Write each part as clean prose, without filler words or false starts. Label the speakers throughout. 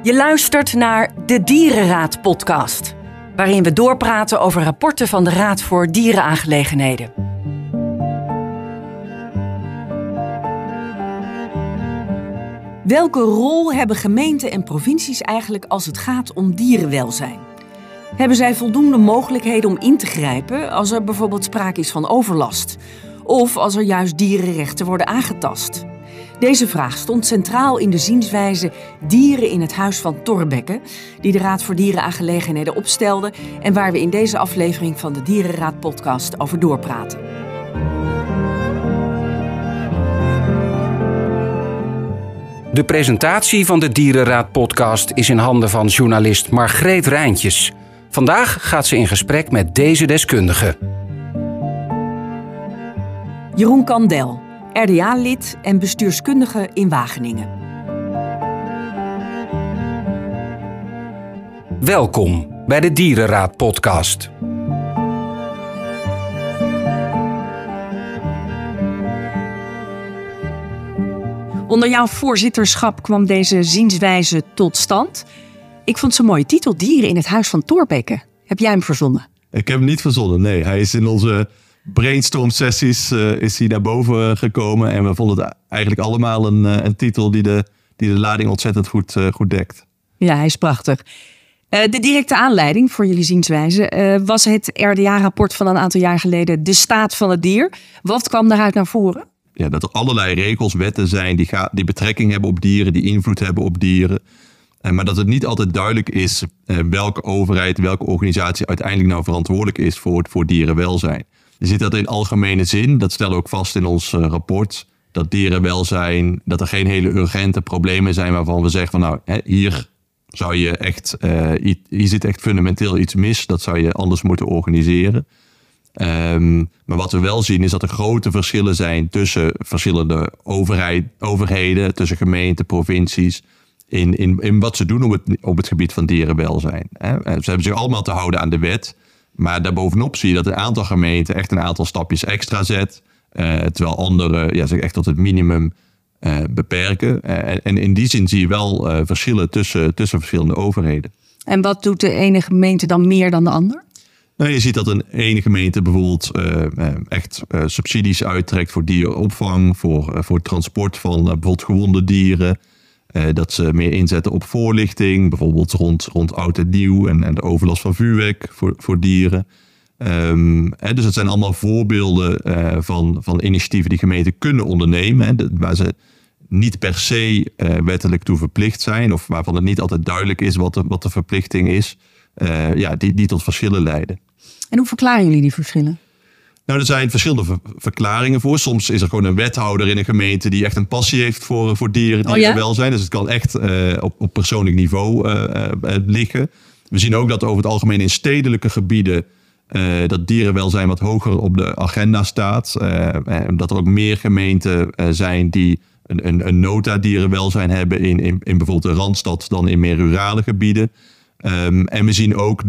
Speaker 1: Je luistert naar de Dierenraad-podcast, waarin we doorpraten over rapporten van de Raad voor Dierenaangelegenheden. Welke rol hebben gemeenten en provincies eigenlijk als het gaat om dierenwelzijn? Hebben zij voldoende mogelijkheden om in te grijpen als er bijvoorbeeld sprake is van overlast? Of als er juist dierenrechten worden aangetast? Deze vraag stond centraal in de zienswijze Dieren in het Huis van Thorbecke, die de Raad voor Dierenaangelegenheden opstelde en waar we in deze aflevering van de Dierenraad-podcast over doorpraten.
Speaker 2: De presentatie van de Dierenraad-podcast is in handen van journalist Margreet Rijntjes. Vandaag gaat ze in gesprek met deze deskundige.
Speaker 1: Jeroen Kandel, RDA-lid en bestuurskundige in Wageningen.
Speaker 2: Welkom bij de Dierenraad-podcast.
Speaker 1: Onder jouw voorzitterschap kwam deze zienswijze tot stand. Ik vond het zo'n mooie titel, Dieren in het Huis van Thorbecke. Heb jij hem verzonnen?
Speaker 3: Ik heb hem niet verzonnen, nee. Hij is in onze brainstorm sessies is hij naar boven gekomen. En we vonden het eigenlijk allemaal een titel die de lading ontzettend goed dekt.
Speaker 1: Ja, hij is prachtig. De directe aanleiding voor jullie zienswijze was het RDA-rapport van een aantal jaar geleden, De Staat van het Dier. Wat kwam daaruit naar voren?
Speaker 3: Ja, dat er allerlei regels, wetten zijn die betrekking hebben op dieren, die invloed hebben op dieren. Maar dat het niet altijd duidelijk is welke overheid, welke organisatie uiteindelijk nou verantwoordelijk is voor dierenwelzijn. Je ziet dat in algemene zin, dat stellen we ook vast in ons rapport, dat dierenwelzijn, dat er geen hele urgente problemen zijn waarvan we zeggen van nou, hier zou je echt, hier zit echt fundamenteel iets mis, dat zou je anders moeten organiseren. Maar wat we wel zien is dat er grote verschillen zijn tussen verschillende overheden, tussen gemeenten, provincies, in wat ze doen op het gebied van dierenwelzijn. Ze hebben zich allemaal te houden aan de wet, maar daarbovenop zie je dat een aantal gemeenten echt een aantal stapjes extra zet, terwijl anderen zich echt tot het minimum beperken. En in die zin zie je wel verschillen tussen verschillende overheden.
Speaker 1: En wat doet de ene gemeente dan meer dan de ander?
Speaker 3: Nou, je ziet dat een ene gemeente bijvoorbeeld echt subsidies uittrekt voor dierenopvang, voor transport van bijvoorbeeld gewonde dieren. Dat ze meer inzetten op voorlichting, bijvoorbeeld rond oud en nieuw en de overlast van vuurwerk voor dieren. Dus het zijn allemaal voorbeelden van initiatieven die gemeenten kunnen ondernemen, waar ze niet per se wettelijk toe verplicht zijn of waarvan het niet altijd duidelijk is wat de verplichting is. Die tot verschillen leiden.
Speaker 1: En hoe verklaren jullie die verschillen?
Speaker 3: Nou, er zijn verschillende verklaringen voor. Soms is er gewoon een wethouder in een gemeente die echt een passie heeft voor dierenwelzijn. Dus het kan echt op persoonlijk niveau liggen. We zien ook dat over het algemeen in stedelijke gebieden dat dierenwelzijn wat hoger op de agenda staat. Dat er ook meer gemeenten zijn die een nota dierenwelzijn hebben in bijvoorbeeld de Randstad dan in meer rurale gebieden. En we zien ook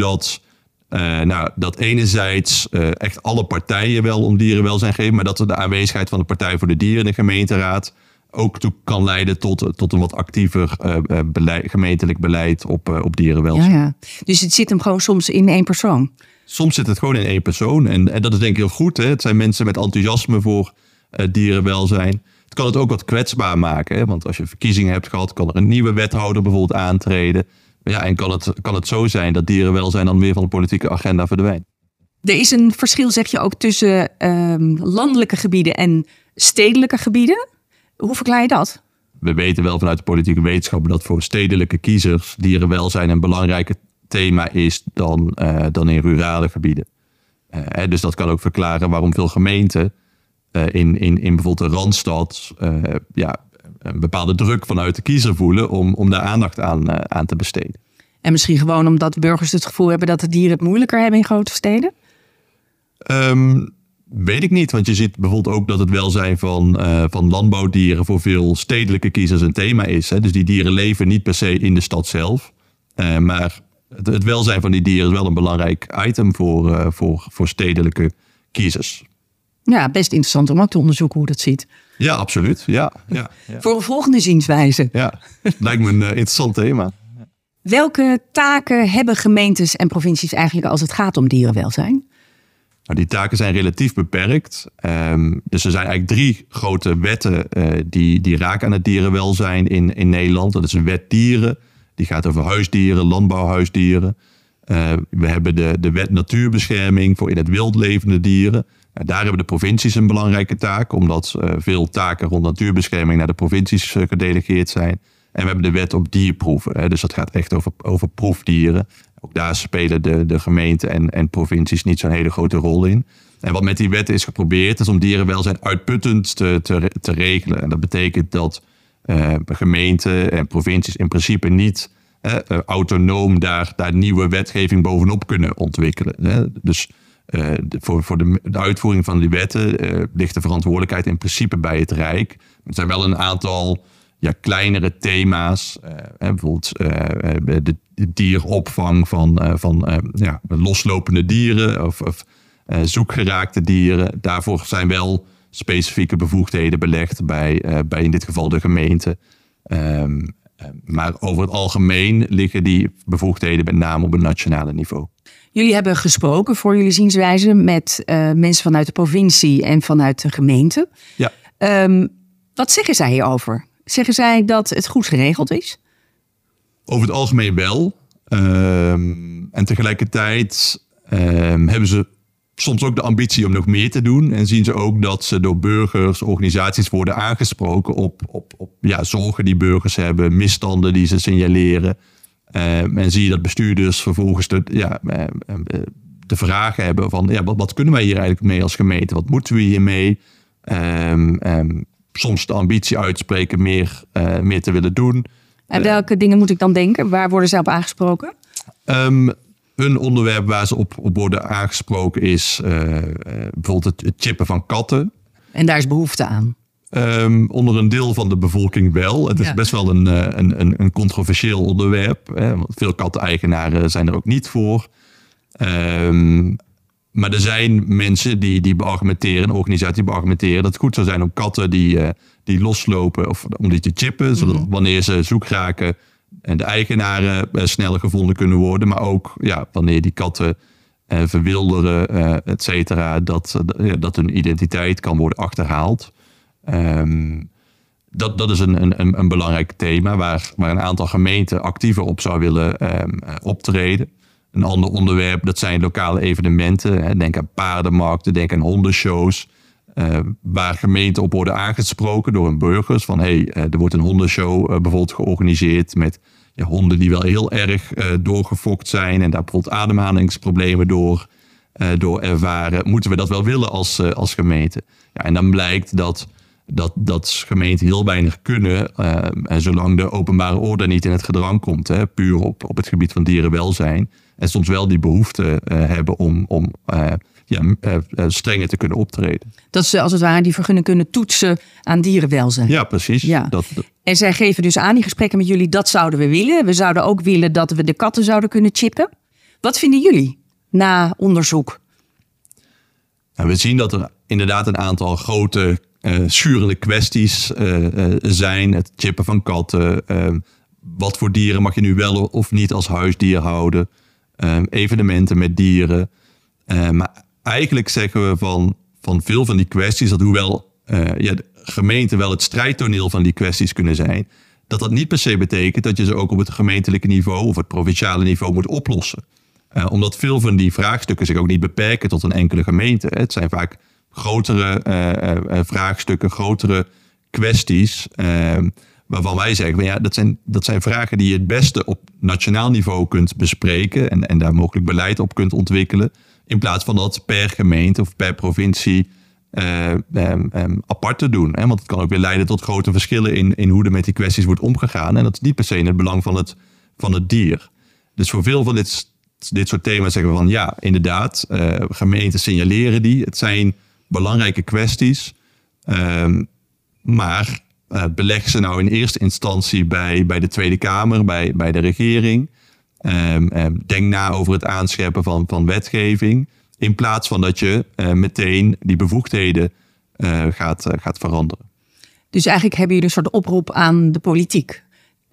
Speaker 3: dat enerzijds echt alle partijen wel om dierenwelzijn geven, maar dat er de aanwezigheid van de Partij voor de Dieren in de gemeenteraad ook toe kan leiden tot een wat actiever gemeentelijk beleid op dierenwelzijn. Ja.
Speaker 1: Dus het zit hem gewoon soms in één persoon?
Speaker 3: Soms zit het gewoon in één persoon en dat is denk ik heel goed. Hè? Het zijn mensen met enthousiasme voor dierenwelzijn. Het kan het ook wat kwetsbaar maken, hè? Want als je verkiezingen hebt gehad, kan er een nieuwe wethouder bijvoorbeeld aantreden. Ja, en kan het zo zijn dat dierenwelzijn dan weer van de politieke agenda verdwijnt.
Speaker 1: Er is een verschil, zeg je ook, tussen landelijke gebieden en stedelijke gebieden. Hoe verklaar je dat?
Speaker 3: We weten wel vanuit de politieke wetenschap dat voor stedelijke kiezers dierenwelzijn een belangrijker thema is dan in rurale gebieden. Dus dat kan ook verklaren waarom veel gemeenten in bijvoorbeeld de Randstad een bepaalde druk vanuit de kiezer voelen om daar aandacht aan te besteden.
Speaker 1: En misschien gewoon omdat burgers het gevoel hebben dat de dieren het moeilijker hebben in grote steden?
Speaker 3: Weet ik niet, want je ziet bijvoorbeeld ook dat het welzijn van landbouwdieren voor veel stedelijke kiezers een thema is. Hè? Dus die dieren leven niet per se in de stad zelf. Maar het welzijn van die dieren is wel een belangrijk item voor stedelijke kiezers.
Speaker 1: Ja, best interessant om ook te onderzoeken hoe dat zit.
Speaker 3: Ja, absoluut. Ja.
Speaker 1: Voor een volgende zienswijze.
Speaker 3: Ja, lijkt me een interessant thema.
Speaker 1: Welke taken hebben gemeentes en provincies eigenlijk als het gaat om dierenwelzijn?
Speaker 3: Nou, die taken zijn relatief beperkt. Dus er zijn eigenlijk 3 grote wetten die raken aan het dierenwelzijn in Nederland. Dat is een wet dieren, die gaat over huisdieren, landbouwhuisdieren. We hebben de wet natuurbescherming voor in het wild levende dieren. Daar hebben de provincies een belangrijke taak, omdat veel taken rond natuurbescherming naar de provincies gedelegeerd zijn. En we hebben de wet op dierproeven. Dus dat gaat echt over proefdieren. Ook daar spelen de gemeenten en provincies niet zo'n hele grote rol in. En wat met die wetten is geprobeerd, is om dierenwelzijn uitputtend te regelen. En dat betekent dat gemeenten en provincies in principe niet autonoom daar nieuwe wetgeving bovenop kunnen ontwikkelen. Dus voor de uitvoering van die wetten ligt de verantwoordelijkheid in principe bij het Rijk. Er zijn wel een aantal kleinere thema's. Bijvoorbeeld de dieropvang van loslopende dieren of zoekgeraakte dieren. Daarvoor zijn wel specifieke bevoegdheden belegd bij in dit geval de gemeente. Maar over het algemeen liggen die bevoegdheden met name op een nationale niveau.
Speaker 1: Jullie hebben gesproken voor jullie zienswijze met mensen vanuit de provincie en vanuit de gemeente.
Speaker 3: Ja.
Speaker 1: Wat zeggen zij hierover? Zeggen zij dat het goed geregeld is?
Speaker 3: Over het algemeen wel. En tegelijkertijd hebben ze soms ook de ambitie om nog meer te doen. En zien ze ook dat ze door burgers, organisaties worden aangesproken op zorgen die burgers hebben, misstanden die ze signaleren. En zie je dat bestuurders vervolgens de vragen hebben van wat kunnen wij hier eigenlijk mee als gemeente? Wat moeten we hiermee? Soms de ambitie uitspreken meer te willen doen.
Speaker 1: En welke dingen moet ik dan denken? Waar worden ze op aangesproken?
Speaker 3: Een onderwerp waar ze op worden aangesproken is bijvoorbeeld het chippen van katten.
Speaker 1: En daar is behoefte aan?
Speaker 3: Onder een deel van de bevolking wel. Het is best wel een controversieel onderwerp. Want veel katteneigenaren zijn er ook niet voor. Maar er zijn mensen die beargumenteren, een organisatie die beargumenteren dat het goed zou zijn om katten die loslopen of om die te chippen. Zodat wanneer ze zoek raken en de eigenaren sneller gevonden kunnen worden. Maar ook wanneer die katten verwilderen, et cetera, dat hun identiteit kan worden achterhaald. Dat is een belangrijk thema waar een aantal gemeenten actiever op zou willen optreden. Een ander onderwerp, dat zijn lokale evenementen. Denk aan paardenmarkten, denk aan hondenshows. Waar gemeenten op worden aangesproken door hun burgers. Van er wordt een hondenshow bijvoorbeeld georganiseerd met honden die wel heel erg doorgefokt zijn. En daar bijvoorbeeld ademhalingsproblemen door ervaren. Moeten we dat wel willen als gemeente? Ja, en dan blijkt dat gemeenten heel weinig kunnen. Zolang de openbare orde niet in het gedrang komt. Puur op het gebied van dierenwelzijn. En soms wel die behoefte hebben om strenger te kunnen optreden.
Speaker 1: Dat ze als het ware die vergunning kunnen toetsen aan dierenwelzijn.
Speaker 3: Ja, precies.
Speaker 1: Ja. En zij geven dus aan die gesprekken met jullie, dat zouden we willen. We zouden ook willen dat we de katten zouden kunnen chippen. Wat vinden jullie na onderzoek?
Speaker 3: Nou, we zien dat er inderdaad een aantal grote schurende kwesties zijn. Het chippen van katten. Wat voor dieren mag je nu wel of niet als huisdier houden? Evenementen met dieren. Maar eigenlijk zeggen we van veel van die kwesties, dat hoewel de gemeenten wel het strijdtoneel van die kwesties kunnen zijn, dat niet per se betekent dat je ze ook op het gemeentelijke niveau of het provinciale niveau moet oplossen. Omdat veel van die vraagstukken zich ook niet beperken tot een enkele gemeente. Het zijn vaak grotere vraagstukken, grotere kwesties. Waarvan wij zeggen, dat zijn vragen die je het beste op nationaal niveau kunt bespreken. En daar mogelijk beleid op kunt ontwikkelen. In plaats van dat per gemeente of per provincie apart te doen. Want het kan ook weer leiden tot grote verschillen in hoe er met die kwesties wordt omgegaan. En dat is niet per se in het belang van het dier. Dus voor veel van dit soort thema's zeggen we van inderdaad, gemeenten signaleren die. Het zijn belangrijke kwesties. Maar beleg ze nou in eerste instantie bij de Tweede Kamer, bij de regering. Denk na over het aanscherpen van wetgeving. In plaats van dat je meteen die bevoegdheden gaat veranderen.
Speaker 1: Dus eigenlijk hebben jullie een soort oproep aan de politiek.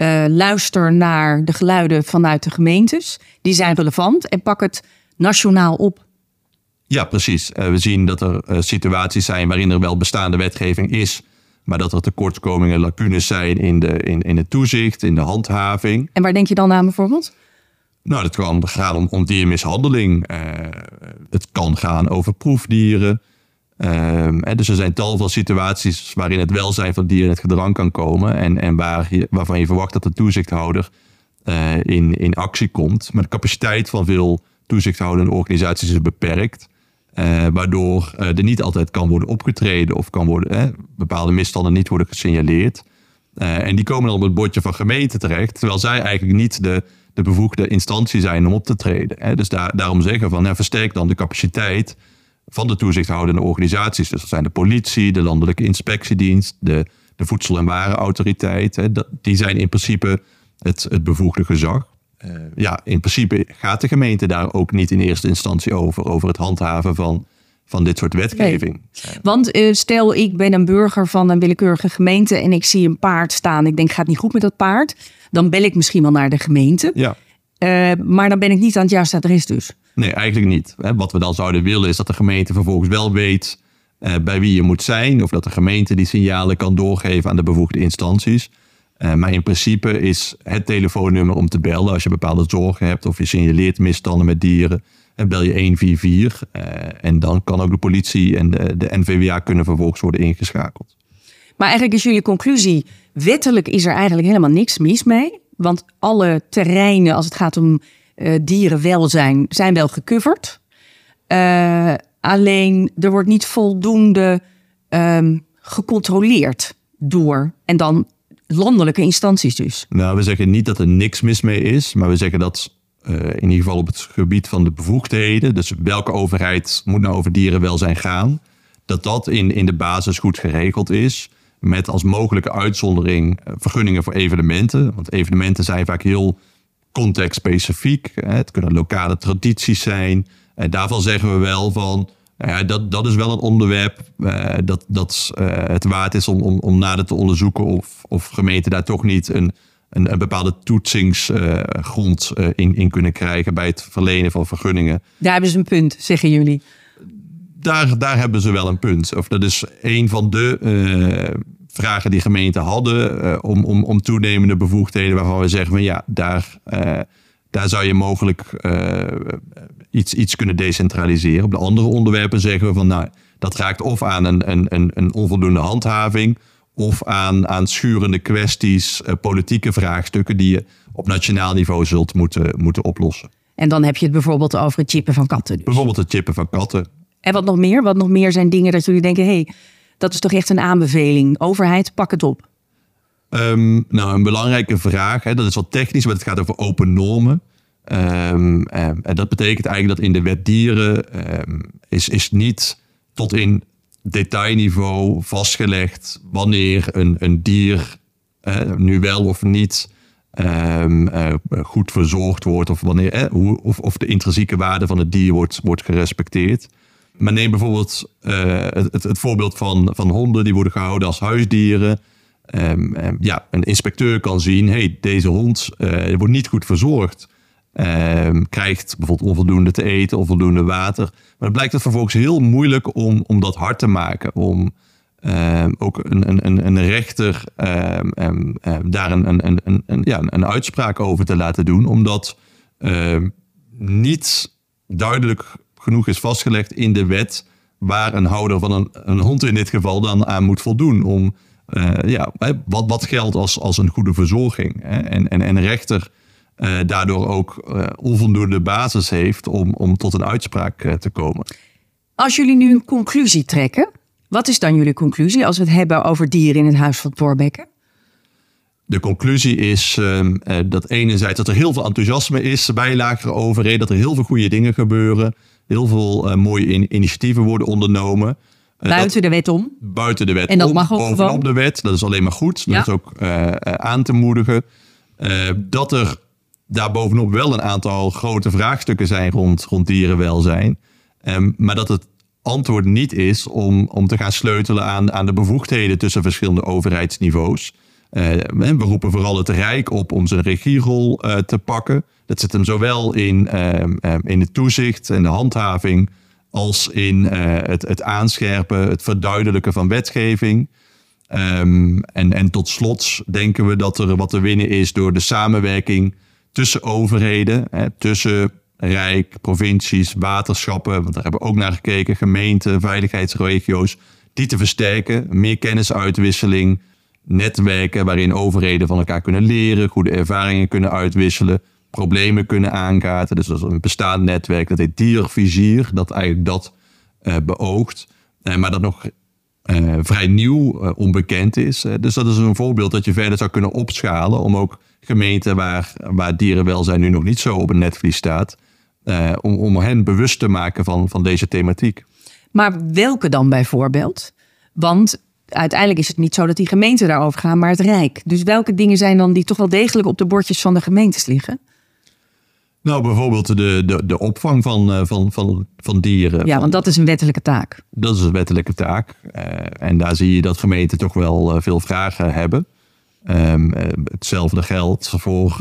Speaker 1: luister naar de geluiden vanuit de gemeentes. Die zijn relevant en pak het nationaal op.
Speaker 3: Ja, precies. We zien dat er situaties zijn waarin er wel bestaande wetgeving is, maar dat er tekortkomingen, lacunes zijn in het toezicht, in de handhaving.
Speaker 1: En waar denk je dan aan bijvoorbeeld?
Speaker 3: Nou, het kan gaan om diermishandeling. Het kan gaan over proefdieren. Dus er zijn tal van situaties waarin het welzijn van dieren in het gedrang kan komen. En waarvan je verwacht dat de toezichthouder in actie komt. Maar de capaciteit van veel toezichthoudende organisaties is beperkt. Waardoor er niet altijd kan worden opgetreden of bepaalde misstanden niet worden gesignaleerd. En die komen dan op het bordje van gemeenten terecht. Terwijl zij eigenlijk niet de bevoegde instantie zijn om op te treden. Dus daarom zeggen van versterk dan de capaciteit van de toezichthoudende organisaties. Dus dat zijn de politie, de landelijke inspectiedienst, de voedsel- en warenautoriteit. Die zijn in principe het bevoegde gezag. In principe gaat de gemeente daar ook niet in eerste instantie over het handhaven van dit soort wetgeving.
Speaker 1: Nee. Want stel ik ben een burger van een willekeurige gemeente en ik zie een paard staan. Ik denk gaat niet goed met dat paard. Dan bel ik misschien wel naar de gemeente.
Speaker 3: Ja.
Speaker 1: Maar dan ben ik niet aan het juiste adres dus.
Speaker 3: Nee, eigenlijk niet. Wat we dan zouden willen is dat de gemeente vervolgens wel weet bij wie je moet zijn. Of dat de gemeente die signalen kan doorgeven aan de bevoegde instanties. Maar in principe is het telefoonnummer om te bellen als je bepaalde zorgen hebt of je signaleert misstanden met dieren. En bel je 144 en dan kan ook de politie en de NVWA kunnen vervolgens worden ingeschakeld.
Speaker 1: Maar eigenlijk is jullie conclusie, wettelijk is er eigenlijk helemaal niks mis mee. Want alle terreinen als het gaat om dierenwelzijn zijn wel gecoverd. Alleen er wordt niet voldoende gecontroleerd door en dan landelijke instanties dus. Nou,
Speaker 3: we zeggen niet dat er niks mis mee is, maar we zeggen dat in ieder geval op het gebied van de bevoegdheden, dus welke overheid moet nou over dierenwelzijn gaan, dat in de basis goed geregeld is. Met als mogelijke uitzondering vergunningen voor evenementen. Want evenementen zijn vaak heel contextspecifiek. Het kunnen lokale tradities zijn. Daarvan zeggen we wel van, dat is wel een onderwerp dat het waard is om nader te onderzoeken of gemeenten daar toch niet een bepaalde toetsingsgrond in kunnen krijgen bij het verlenen van vergunningen.
Speaker 1: Daar hebben ze een punt, zeggen jullie.
Speaker 3: Daar hebben ze wel een punt. Of dat is een van de vragen die gemeenten hadden om toenemende bevoegdheden waarvan we zeggen van daar zou je mogelijk iets kunnen decentraliseren. Op de andere onderwerpen zeggen we van dat raakt of aan een onvoldoende handhaving of aan schurende kwesties, politieke vraagstukken die je op nationaal niveau zult moeten oplossen.
Speaker 1: En dan heb je het bijvoorbeeld over het chippen van katten. Dus.
Speaker 3: Bijvoorbeeld het chippen van katten.
Speaker 1: En wat nog meer? Wat nog meer zijn dingen dat jullie denken, dat is toch echt een aanbeveling. Overheid, pak het op.
Speaker 3: Een belangrijke vraag, dat is wat technisch, maar het gaat over open normen. En dat betekent eigenlijk dat in de wet dieren is niet tot in detailniveau vastgelegd wanneer een dier nu wel of niet goed verzorgd wordt of wanneer of de intrinsieke waarde van het dier wordt gerespecteerd. Maar neem bijvoorbeeld het voorbeeld van honden die worden gehouden als huisdieren. Een inspecteur kan zien, deze hond wordt niet goed verzorgd. Krijgt bijvoorbeeld onvoldoende te eten, onvoldoende water. Maar het blijkt het vervolgens heel moeilijk om dat hard te maken. Om ook een rechter daar een uitspraak over te laten doen. Omdat niet duidelijk genoeg is vastgelegd in de wet waar een houder van een hond in dit geval dan aan moet voldoen. Om wat geldt als een goede verzorging. En een rechter daardoor ook onvoldoende basis heeft om tot een uitspraak te komen.
Speaker 1: Als jullie nu een conclusie trekken, wat is dan jullie conclusie als we het hebben over dieren in het Huis van Thorbecke?
Speaker 3: De conclusie is dat enerzijds dat er heel veel enthousiasme is bij lagere overheden, dat er heel veel goede dingen gebeuren, heel veel mooie initiatieven worden ondernomen.
Speaker 1: Buiten de wet om.
Speaker 3: Buiten de wet
Speaker 1: en dat
Speaker 3: om,
Speaker 1: mag ook
Speaker 3: bovenop
Speaker 1: gewoon.
Speaker 3: de wet. Dat is alleen maar goed. Dat is ook aan te moedigen. Dat er daarbovenop wel een aantal grote vraagstukken zijn rond dierenwelzijn. Maar dat het antwoord niet is om te gaan sleutelen aan de bevoegdheden tussen verschillende overheidsniveaus. We roepen vooral het Rijk op om zijn regierol te pakken. Dat zit hem zowel in het toezicht en de handhaving als in het aanscherpen, het verduidelijken van wetgeving. En tot slot denken we dat er wat te winnen is door de samenwerking tussen overheden, tussen Rijk, provincies, waterschappen, want daar hebben we ook naar gekeken, gemeenten, veiligheidsregio's, die te versterken, meer kennisuitwisseling, netwerken waarin overheden van elkaar kunnen leren, goede ervaringen kunnen uitwisselen, problemen kunnen aankaarten. Dus dat is een bestaand netwerk, dat heet Diervizier, dat eigenlijk dat beoogt, maar dat nog vrij nieuw, onbekend is. Dus dat is een voorbeeld dat je verder zou kunnen opschalen om ook gemeenten waar dierenwelzijn nu nog niet zo op een netvlies staat, om hen bewust te maken van deze thematiek.
Speaker 1: Maar welke dan bijvoorbeeld? Want uiteindelijk is het niet zo dat die gemeenten daarover gaan, maar het Rijk. Dus welke dingen zijn dan die toch wel degelijk op de bordjes van de gemeentes liggen?
Speaker 3: Nou, bijvoorbeeld de opvang van dieren.
Speaker 1: Ja, want dat is een wettelijke taak.
Speaker 3: Dat is een wettelijke taak. En daar zie je dat gemeenten toch wel veel vragen hebben. Hetzelfde geldt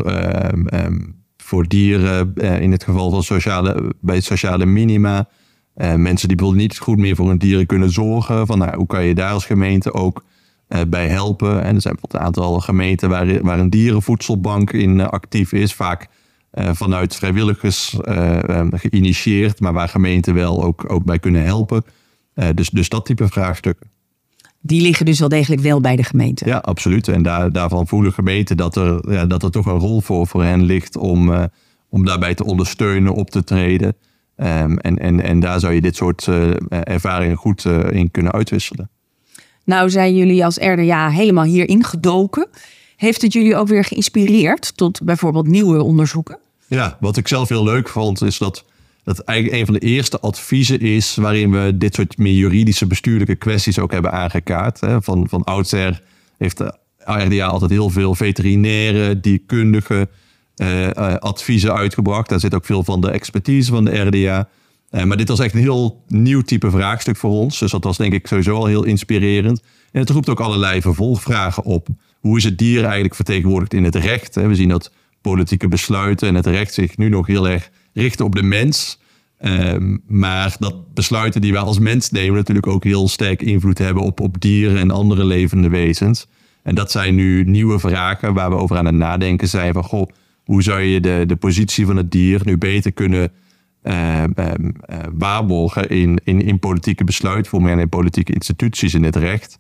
Speaker 3: voor dieren in het geval van bij sociale minima. Mensen die bijvoorbeeld niet goed meer voor hun dieren kunnen zorgen. Hoe kan je daar als gemeente ook bij helpen? En er zijn bijvoorbeeld een aantal gemeenten waar een dierenvoedselbank in actief is. Vaak vanuit vrijwilligers geïnitieerd, maar waar gemeenten wel ook bij kunnen helpen. Dus dat type vraagstukken.
Speaker 1: Die liggen dus wel degelijk wel bij de gemeente.
Speaker 3: Ja, absoluut. En daarvan voelen gemeenten dat er toch een rol voor hen ligt om daarbij te ondersteunen, op te treden. En daar zou je dit soort ervaringen goed in kunnen uitwisselen.
Speaker 1: Nou zijn jullie als RDA helemaal hierin gedoken. Heeft het jullie ook weer geïnspireerd tot bijvoorbeeld nieuwe onderzoeken? Ja,
Speaker 3: wat ik zelf heel leuk vond is dat eigenlijk een van de eerste adviezen is waarin we dit soort meer juridische bestuurlijke kwesties ook hebben aangekaart. Van oudsher heeft de RDA altijd heel veel veterinaire, dierkundige adviezen uitgebracht. Daar zit ook veel van de expertise van de RDA. Maar dit was echt een heel nieuw type vraagstuk voor ons. Dus dat was denk ik sowieso al heel inspirerend. En het roept ook allerlei vervolgvragen op. Hoe is het dier eigenlijk vertegenwoordigd in het recht? We zien dat politieke besluiten en het recht zich nu nog heel erg richten op de mens. Maar dat besluiten die wij als mens nemen natuurlijk ook heel sterk invloed hebben op dieren en andere levende wezens. En dat zijn nu nieuwe vragen waar we over aan het nadenken zijn. Van hoe zou je de positie van het dier nu beter kunnen waarborgen in politieke besluitvorming en in politieke instituties in het recht.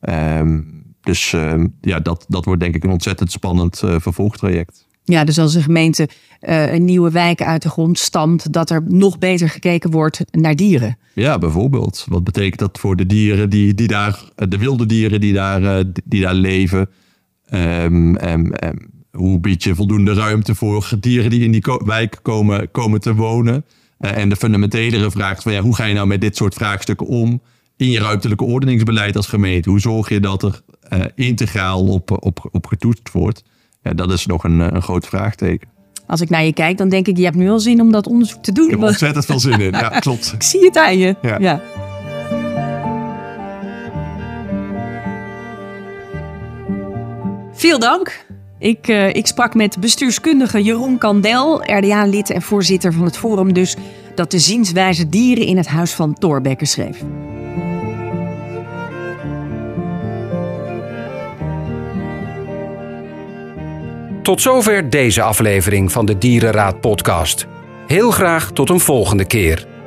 Speaker 3: Dat wordt denk ik een ontzettend spannend vervolgtraject. Ja, dus als een gemeente een nieuwe wijk uit de grond stampt, dat er nog beter gekeken wordt naar dieren. Ja, bijvoorbeeld. Wat betekent dat voor de dieren die daar, de wilde dieren die daar leven? Hoe bied je voldoende ruimte voor dieren die in die wijk komen te wonen? En de fundamentelere vraag is van hoe ga je nou met dit soort vraagstukken om in je ruimtelijke ordeningsbeleid als gemeente? Hoe zorg je dat er integraal op getoetst wordt? Ja, dat is nog een groot vraagteken. Als ik naar je kijk, dan denk ik, je hebt nu al zin om dat onderzoek te doen. Ik heb er ontzettend veel zin in, ja, klopt. Ik zie het aan je. Ja. Veel dank. Ik sprak met bestuurskundige Jeroen Kandel, RDA-lid en voorzitter van het Forum dus, dat de zienswijze dieren in het Huis van Thorbecke schreef.
Speaker 2: Tot zover deze aflevering van de Dierenraad podcast. Heel graag tot een volgende keer.